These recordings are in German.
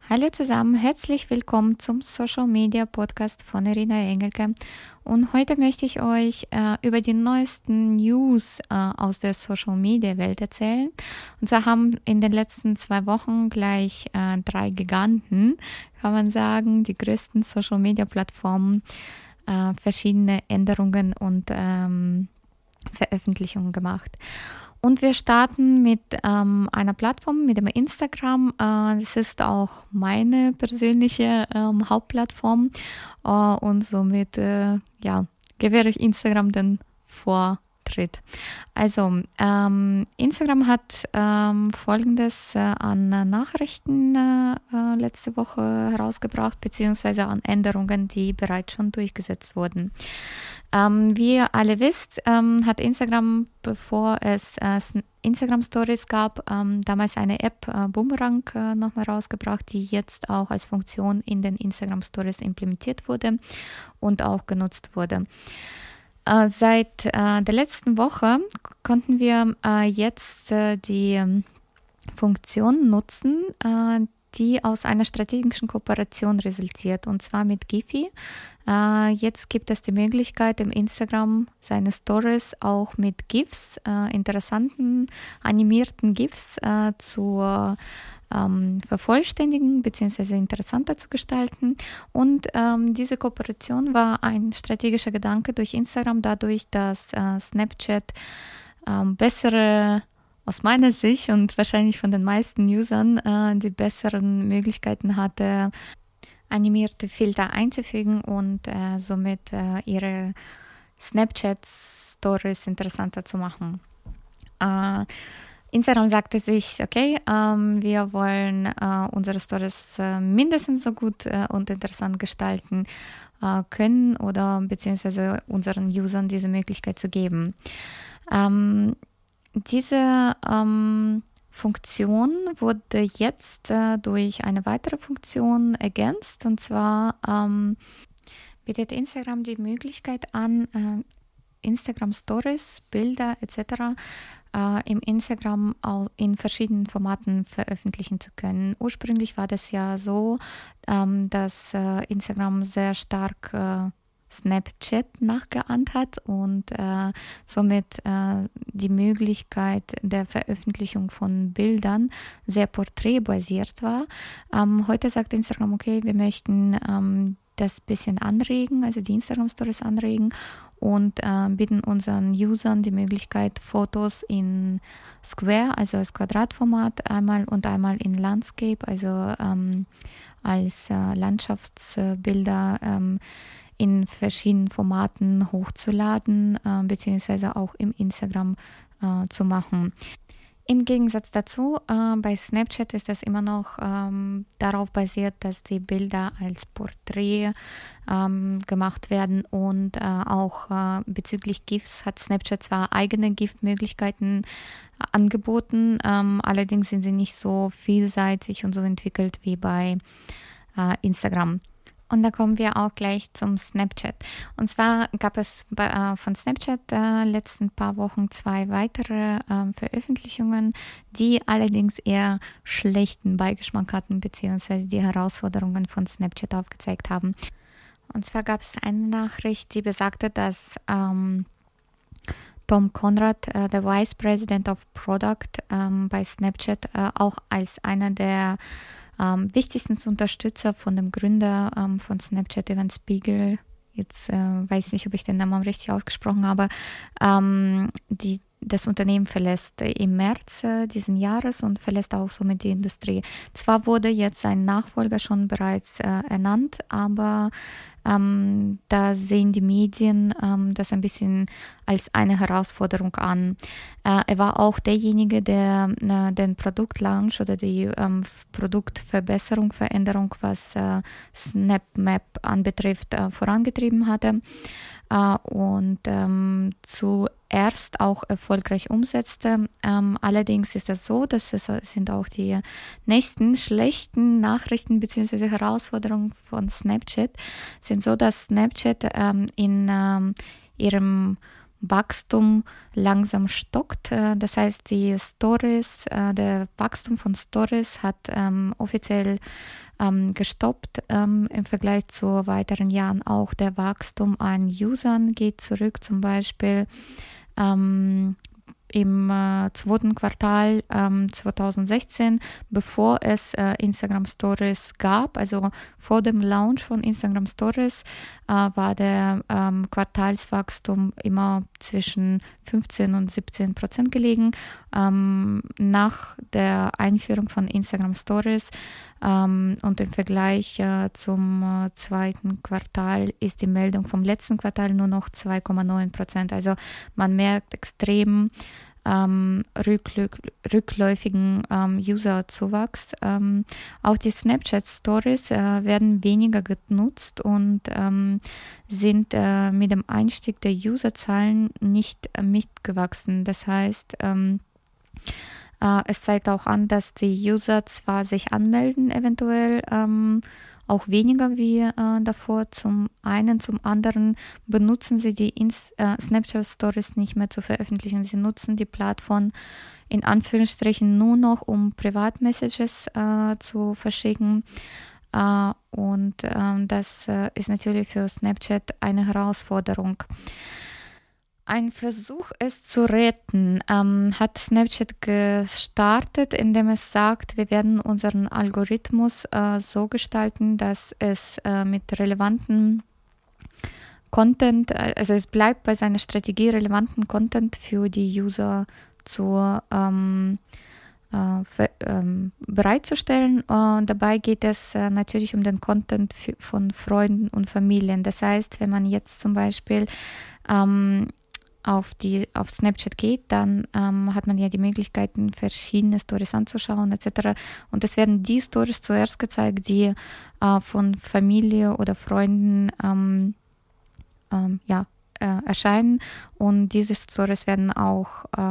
Hallo zusammen, herzlich willkommen zum Social Media Podcast von Irina Engelke. Und heute möchte ich euch über die neuesten News aus der Social Media Welt erzählen. Und zwar haben in den letzten 2 Wochen gleich 3 Giganten, kann man sagen, die größten Social Media Plattformen, verschiedene Änderungen und Veröffentlichungen gemacht. Und wir starten mit einer Plattform, mit dem Instagram. Das ist auch meine persönliche Hauptplattform. Und somit gewähre ich Instagram den Vortritt. Also, Instagram hat Folgendes an Nachrichten letzte Woche herausgebracht, beziehungsweise an Änderungen, die bereits schon durchgesetzt wurden. Wie ihr alle wisst, hat Instagram, bevor es Instagram Stories gab, damals eine App Boomerang nochmal rausgebracht, die jetzt auch als Funktion in den Instagram Stories implementiert wurde und auch genutzt wurde. Seit der letzten Woche konnten wir jetzt die Funktion nutzen, die aus einer strategischen Kooperation resultiert, und zwar mit Giphy. Jetzt gibt es die Möglichkeit, im Instagram seine Stories auch mit GIFs, interessanten animierten GIFs zu vervollständigen bzw. interessanter zu gestalten. Und diese Kooperation war ein strategischer Gedanke durch Instagram, dadurch, dass Snapchat bessere, aus meiner Sicht und wahrscheinlich von den meisten Usern, die besseren Möglichkeiten hatte, animierte Filter einzufügen und somit ihre Snapchat-Stories interessanter zu machen. Instagram sagte sich, okay, wir wollen unsere Stories mindestens so gut und interessant gestalten können oder beziehungsweise unseren Usern diese Möglichkeit zu geben. Diese Funktion wurde jetzt durch eine weitere Funktion ergänzt, und zwar bietet Instagram die Möglichkeit an, Instagram Stories, Bilder etc. Im Instagram auch in verschiedenen Formaten veröffentlichen zu können. Ursprünglich war das ja so, dass Instagram sehr stark Snapchat nachgeahmt hat und somit die Möglichkeit der Veröffentlichung von Bildern sehr porträtbasiert war. Heute sagt Instagram, okay, wir möchten das bisschen anregen, also die Instagram-Stories anregen und bieten unseren Usern die Möglichkeit, Fotos in Square, also als Quadratformat einmal und einmal in Landscape, also als Landschaftsbilder in verschiedenen Formaten hochzuladen, beziehungsweise auch im Instagram zu machen. Im Gegensatz dazu, bei Snapchat ist das immer noch darauf basiert, dass die Bilder als Porträt gemacht werden, und auch bezüglich GIFs hat Snapchat zwar eigene GIF-Möglichkeiten angeboten, allerdings sind sie nicht so vielseitig und so entwickelt wie bei Instagram. Und da kommen wir auch gleich zum Snapchat. Und zwar gab es von Snapchat letzten paar Wochen 2 weitere Veröffentlichungen, die allerdings eher schlechten Beigeschmack hatten, beziehungsweise die Herausforderungen von Snapchat aufgezeigt haben. Und zwar gab es eine Nachricht, die besagte, dass Tom Conrad, der Vice President of Product bei Snapchat, auch als einer der wichtigsten Unterstützer von dem Gründer von Snapchat, Evan Spiegel, jetzt weiß ich nicht, ob ich den Namen richtig ausgesprochen habe, das Unternehmen verlässt im März diesen Jahres und verlässt auch somit die Industrie. Zwar wurde jetzt sein Nachfolger schon bereits ernannt, aber da sehen die Medien das ein bisschen als eine Herausforderung an. Er war auch derjenige, der den Produktlaunch oder die Produktverbesserung, Veränderung, was SnapMap anbetrifft, vorangetrieben hatte und zuerst auch erfolgreich umsetzte. Allerdings ist es so, dass es sind auch die nächsten schlechten Nachrichten bzw. Herausforderungen von Snapchat sind so, dass Snapchat in ihrem Wachstum langsam stockt. Das heißt, die Stories, der Wachstum von Stories hat offiziell gestoppt im Vergleich zu weiteren Jahren. Auch der Wachstum an Usern geht zurück, zum Beispiel im zweiten Quartal 2016, bevor es Instagram Stories gab, also vor dem Launch von Instagram Stories, war der Quartalswachstum immer zwischen 15 und 17% gelegen. Nach der Einführung von Instagram Stories und im Vergleich zum zweiten Quartal ist die Meldung vom letzten Quartal nur noch 2,9%. Also man merkt extrem rückläufigen Userzuwachs. Auch die Snapchat Stories werden weniger genutzt und sind mit dem Einstieg der Userzahlen nicht mitgewachsen. Das heißt, es zeigt auch an, dass die User zwar sich anmelden, eventuell auch weniger wie davor. Zum einen, zum anderen benutzen sie die Snapchat Stories nicht mehr zu veröffentlichen. Sie nutzen die Plattform in Anführungsstrichen nur noch, um Privatmessages zu verschicken. Und das ist natürlich für Snapchat eine Herausforderung. Ein Versuch, es zu retten, hat Snapchat gestartet, indem es sagt, wir werden unseren Algorithmus so gestalten, dass es mit relevanten Content, also es bleibt bei seiner Strategie, relevanten Content für die User bereitzustellen. Dabei geht es natürlich um den Content von Freunden und Familien. Das heißt, wenn man jetzt zum Beispiel auf Snapchat geht, dann hat man ja die Möglichkeiten, verschiedene Stories anzuschauen etc. Und es werden die Stories zuerst gezeigt, die von Familie oder Freunden erscheinen. Und diese Stories werden auch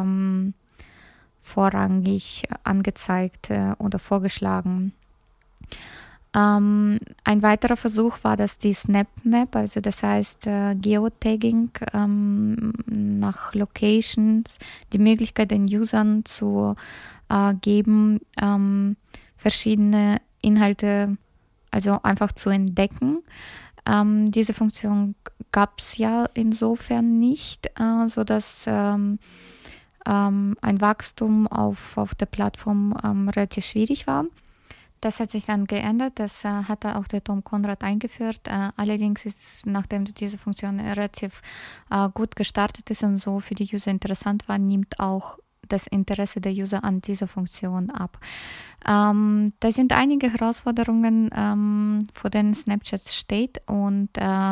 vorrangig angezeigt oder vorgeschlagen. Ein weiterer Versuch war, dass die Snap Map, also das heißt Geotagging nach Locations, die Möglichkeit den Usern zu geben, verschiedene Inhalte also einfach zu entdecken. Diese Funktion gab es ja insofern nicht, sodass ein Wachstum auf der Plattform relativ schwierig war. Das hat sich dann geändert, das hatte auch der Tom Conrad eingeführt. Allerdings ist, nachdem diese Funktion relativ gut gestartet ist und so für die User interessant war, nimmt auch das Interesse der User an dieser Funktion ab. Da sind einige Herausforderungen, vor denen Snapchat steht und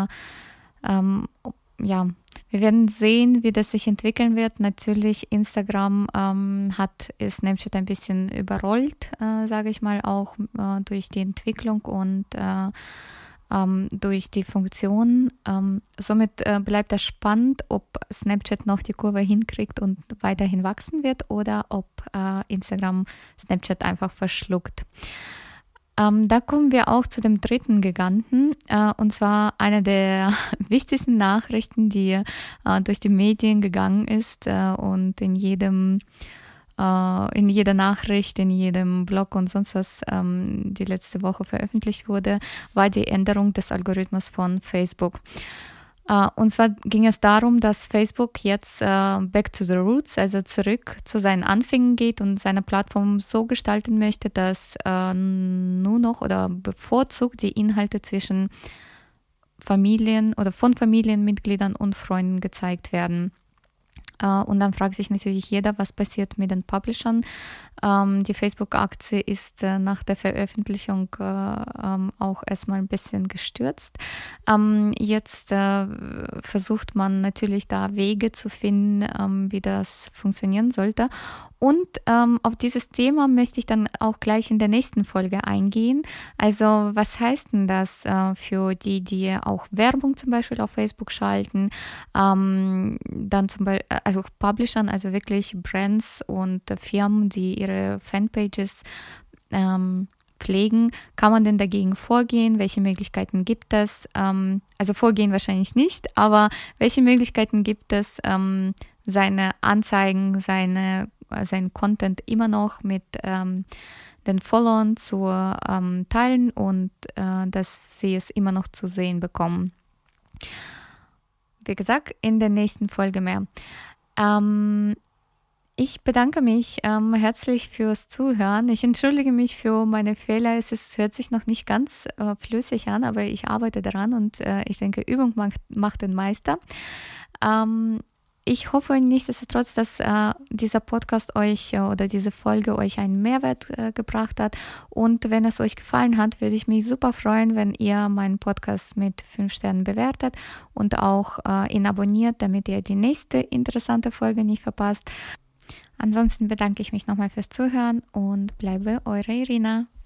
wir werden sehen, wie das sich entwickeln wird. Natürlich, Instagram hat Snapchat ein bisschen überrollt, sage ich mal, auch durch die Entwicklung und durch die Funktion. Somit bleibt es spannend, ob Snapchat noch die Kurve hinkriegt und weiterhin wachsen wird oder ob Instagram Snapchat einfach verschluckt. Da kommen wir auch zu dem dritten Giganten, und zwar eine der wichtigsten Nachrichten, die durch die Medien gegangen ist und in jeder Nachricht, in jedem Blog und sonst was die letzte Woche veröffentlicht wurde, war die Änderung des Algorithmus von Facebook. Und zwar ging es darum, dass Facebook jetzt back to the roots, also zurück zu seinen Anfängen geht und seine Plattform so gestalten möchte, dass nur noch oder bevorzugt die Inhalte zwischen Familien oder von Familienmitgliedern und Freunden gezeigt werden. Und dann fragt sich natürlich jeder, was passiert mit den Publishern. Die Facebook-Aktie ist nach der Veröffentlichung auch erstmal ein bisschen gestürzt. Jetzt versucht man natürlich da Wege zu finden, wie das funktionieren sollte. Und auf dieses Thema möchte ich dann auch gleich in der nächsten Folge eingehen. Also was heißt denn das für die auch Werbung zum Beispiel auf Facebook schalten, dann zum Beispiel, also Publishern, also wirklich Brands und Firmen, die ihre Fanpages pflegen, kann man denn dagegen vorgehen? Welche Möglichkeiten gibt es? Also vorgehen wahrscheinlich nicht, aber welche Möglichkeiten gibt es, seine Anzeigen, seinen Content immer noch mit den Followern zu teilen und dass sie es immer noch zu sehen bekommen. Wie gesagt, in der nächsten Folge mehr. Ich bedanke mich herzlich fürs Zuhören. Ich entschuldige mich für meine Fehler. Es hört sich noch nicht ganz flüssig an, aber ich arbeite daran und ich denke, Übung macht den Meister. Ich hoffe nichtsdestotrotz, dass dieser Podcast euch oder diese Folge euch einen Mehrwert gebracht hat. Und wenn es euch gefallen hat, würde ich mich super freuen, wenn ihr meinen Podcast mit 5 Sternen bewertet und auch ihn abonniert, damit ihr die nächste interessante Folge nicht verpasst. Ansonsten bedanke ich mich nochmal fürs Zuhören und bleibe eure Irina.